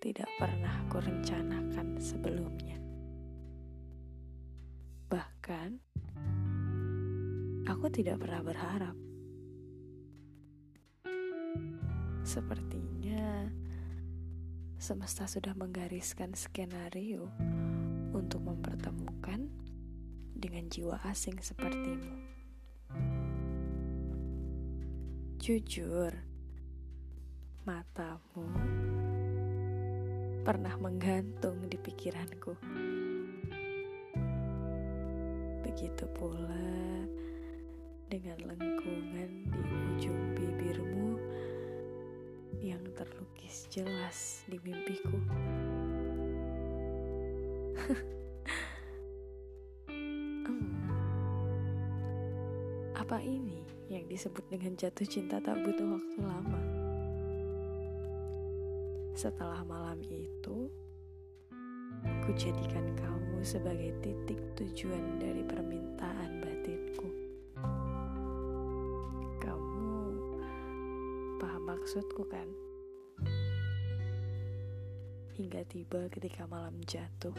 tidak pernah kurencanakan sebelumnya. Bahkan, aku tidak pernah berharap. Sepertinya semesta sudah menggariskan skenario untuk mempertemukan dengan jiwa asing sepertimu. Jujur, matamu pernah menggantung di pikiranku. Begitu pula dengan lengkungan di ujung bibirmu yang terlukis jelas di mimpiku. Apa ini yang disebut dengan jatuh cinta tak butuh waktu lama? Setelah malam itu, ku jadikan kamu sebagai titik tujuan dari permintaan batinku. Kamu paham maksudku kan? Hingga tiba ketika malam jatuh,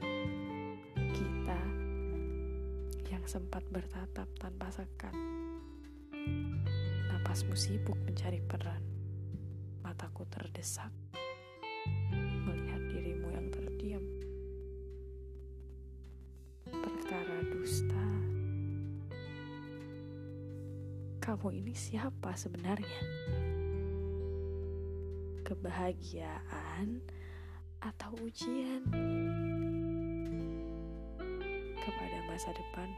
kita yang sempat bertatap tanpa sekat. Napasmu sibuk mencari peran, mataku terdesak melihat dirimu yang terdiam. Perkara dusta. Kamu ini siapa sebenarnya? Kebahagiaan atau ujian kepada masa depan?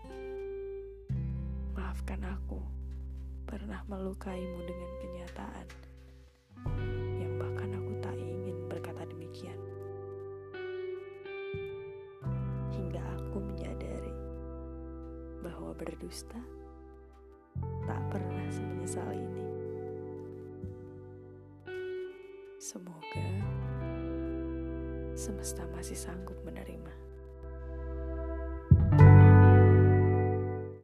Maafkan aku pernah melukaimu dengan kenyataan yang bahkan aku tak ingin berkata demikian. Hingga aku menyadari bahwa berdusta tak pernah semenyesal ini. Semoga semesta masih sanggup menerima.